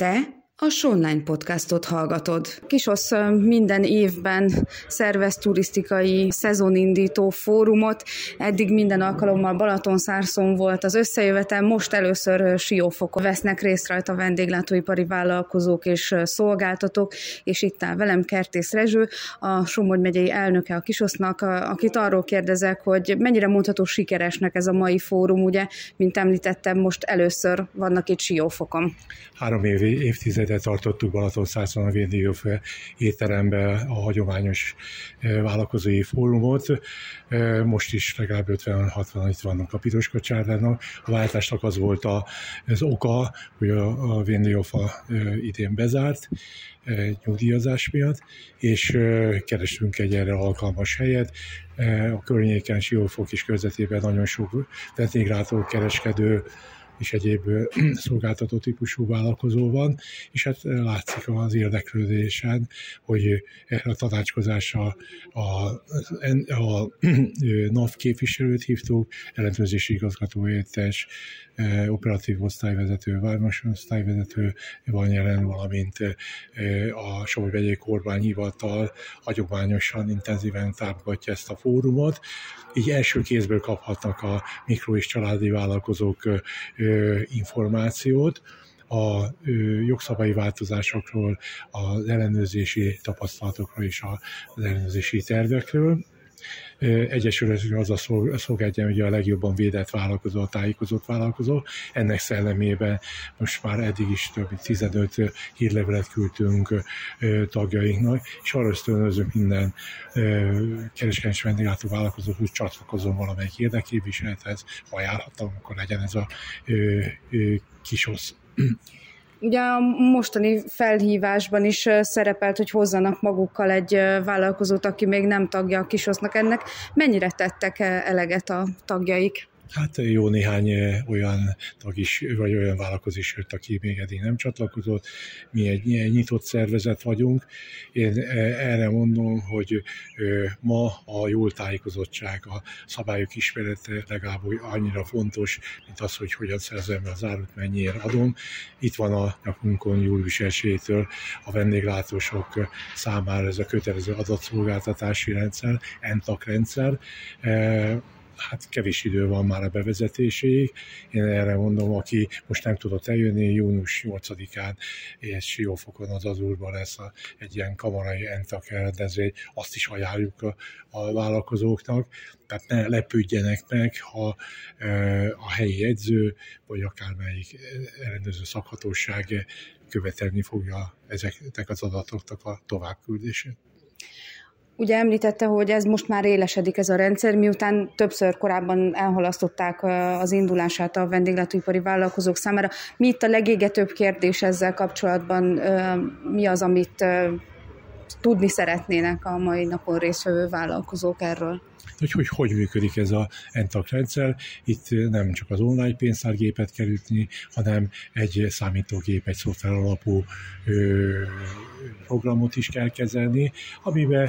Te a Sonline podcastot hallgatod. Kisosz minden évben szervez turisztikai szezonindító fórumot. Eddig minden alkalommal Balatonszárszón volt az összejövetel, most először Siófokon vesznek részt rajta vendéglátóipari vállalkozók és szolgáltatók, és itt áll velem Kertész Rezső, a Somogy megyei elnöke a Kisosznak, akit arról kérdezek, hogy mennyire mondható sikeresnek ez a mai fórum, ugye, mint említettem, most először vannak itt Siófokon. 3 évtizedet tartottuk Balatonszárszón a VDF étteremben a hagyományos vállalkozói fórumot. Most is legalább 50-60 itt vannak a Piroskocsárának. A váltásnak az volt az oka, hogy a VDF idén bezárt nyugdíjazás miatt, és kerestünk egy erre alkalmas helyet. A környéken, Siófok és körzetében nagyon sok vendéglátó, kereskedő és egyéb szolgáltató típusú vállalkozó van, és hát látszik az érdeklődésen, hogy a tanácskozással a NAV képviselőt hívtuk, ellenőrzési igazgató helyettes, operatív osztályvezető, vármos osztályvezető van jelen, valamint a Somogy megyei kormányhivatal hagyományosan, intenzíven támogatja ezt a fórumot. Így első kézből kaphatnak a mikro- és családi vállalkozók információt a jogszabályi változásokról, az ellenőrzési tapasztalatokról és az ellenőrzési tervekről. Egyesületünk az a szolgálja, hogy a legjobban védett vállalkozó, a tájékozott vállalkozó. Ennek szellemében most már eddig is több mint 15 hírlevelet küldtünk tagjainknak, és arra ösztönözünk minden kereskedelmi vendéglátó vállalkozót, hogy csatlakozzon valamelyik érdekképviselethez, ha ajánlhatom, akkor legyen ez a Kisosz. Ugye a mostani felhívásban is szerepelt, hogy hozzanak magukkal egy vállalkozót, aki még nem tagja a Kisosznak. Ennek mennyire tettek eleget a tagjaik? Hát jó néhány olyan tag is, vagy olyan vállalkozó is jött, aki még eddig nem csatlakozott. Mi egy nyitott szervezet vagyunk. Én erre mondom, hogy ma a jól tájékozottság, a szabályok ismerete legalább annyira fontos, mint az, hogy hogyan szerzem az árut, mennyiért adom. Itt van a nyakunkon július 1-től a vendéglátósok számára ez a kötelező adatszolgáltatási rendszer, ENTAK rendszer. Hát kevés idő van már a bevezetéséig. Én erre mondom, aki most nem tudott eljönni, június 8-án és Siófokon az Azurban lesz egy ilyen kamarai ENTAK rendezvény, azt is ajánljuk a vállalkozóknak, tehát ne lepődjenek meg, ha a helyi jegyző, vagy akármelyik ellenőrző szakhatóság követelni fogja ezeknek az adatoknak a továbbküldését. Ugye említette, hogy ez most már élesedik ez a rendszer, miután többször korábban elhalasztották az indulását a vendéglátóipari vállalkozók számára. Mi itt a legégetőbb kérdés ezzel kapcsolatban? Mi az, amit tudni szeretnének a mai napon résztvevő vállalkozók erről? Hogy működik ez a ENTAK rendszer. Itt nem csak az online pénztárgépet kell ütni, hanem egy számítógép, egy szoftver alapú programot is kell kezelni, amiben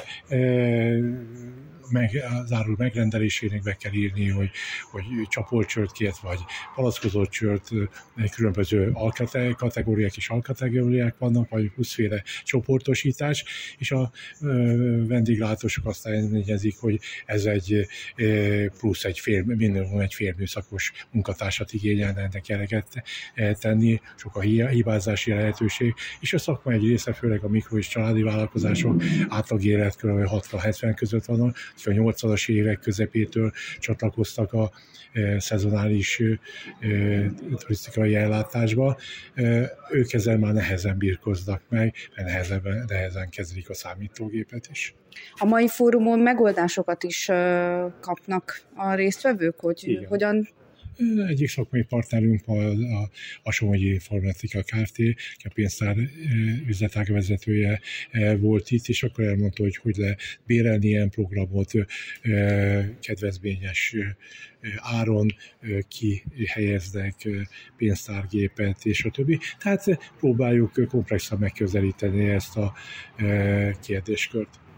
az árul megrendelésének be kell írni, hogy csapolt csört kért, vagy palackozott csört, különböző kategóriák és alkategóriák vannak, vagy 20-féle csoportosítás, és a vendéglátósok azt eredményezik, hogy ez egy plusz minimum egy félműszakos munkatársat igényelne ennek eleget tenni, sok a hibázási lehetőség, és a szakma egy része, főleg a mikro- és családi vállalkozások átlag életkör 60-70 között vannak, a 80-as évek közepétől csatlakoztak a szezonális turisztikai ellátásba. Ők ezzel már nehezen birkoznak meg, mert nehezen kezelik a számítógépet is. A mai fórumon megoldásokat is kapnak a résztvevők, hogy igen. Hogyan... Egyik szakmai partnerünk a Somogyi Informatika Kft., a pénztár üzletág vezetője volt itt, és akkor elmondta, hogy lehet bérelni ilyen programot kedvezményes áron, kihelyeznek pénztárgépet, és a többi. Tehát próbáljuk komplexen megközelíteni ezt a kérdéskört.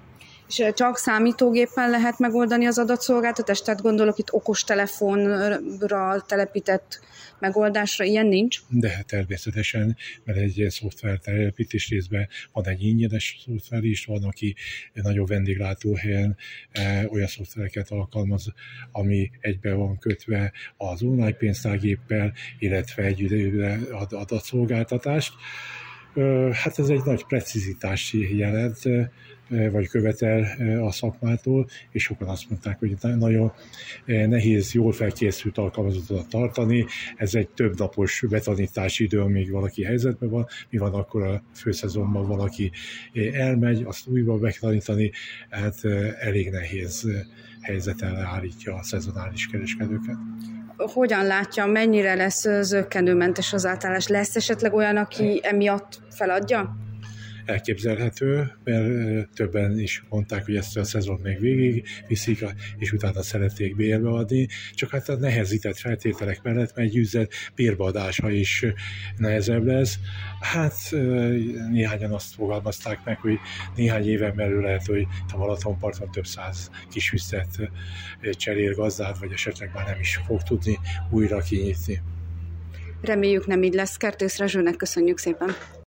És csak számítógépen lehet megoldani az adatszolgáltatást? Tehát gondolok itt okostelefonra telepített megoldásra, ilyen nincs? De természetesen, mert egy szoftver telepítés részben van egy ingyenes szoftver is, van, aki nagyobb vendéglátóhelyen olyan szoftvereket alkalmaz, ami egybe van kötve az online pénztárgéppel, illetve egy időre adatszolgáltatást. Hát ez egy nagy precizitást jelent, vagy követel a szakmától, és sokan azt mondták, hogy nagyon nehéz jól felkészült alkalmazottat tartani. Ez egy több napos betanítási idő, amíg valaki helyzetben van. Mi van akkor a főszezonban valaki elmegy, azt újra megtanítani, hát elég nehéz helyzeten állítja a szezonális kereskedőket. Hogyan látja, mennyire lesz zökkenőmentes az átállás? Lesz esetleg olyan, aki emiatt feladja? Elképzelhető, mert többen is mondták, hogy ezt a szezon még végig viszik, és utána szeretnék bérbe adni, csak hát a nehezített feltételek mellett egy üzlet bérbeadása is nehezebb lesz. Hát néhányan azt fogalmazták meg, hogy néhány éven belül lehet, hogy a Balatonparton több száz kis üzlet cserél gazdát, vagy esetleg már nem is fog tudni újra kinyitni. Reméljük nem így lesz. Kertész Rezsőnek köszönjük szépen.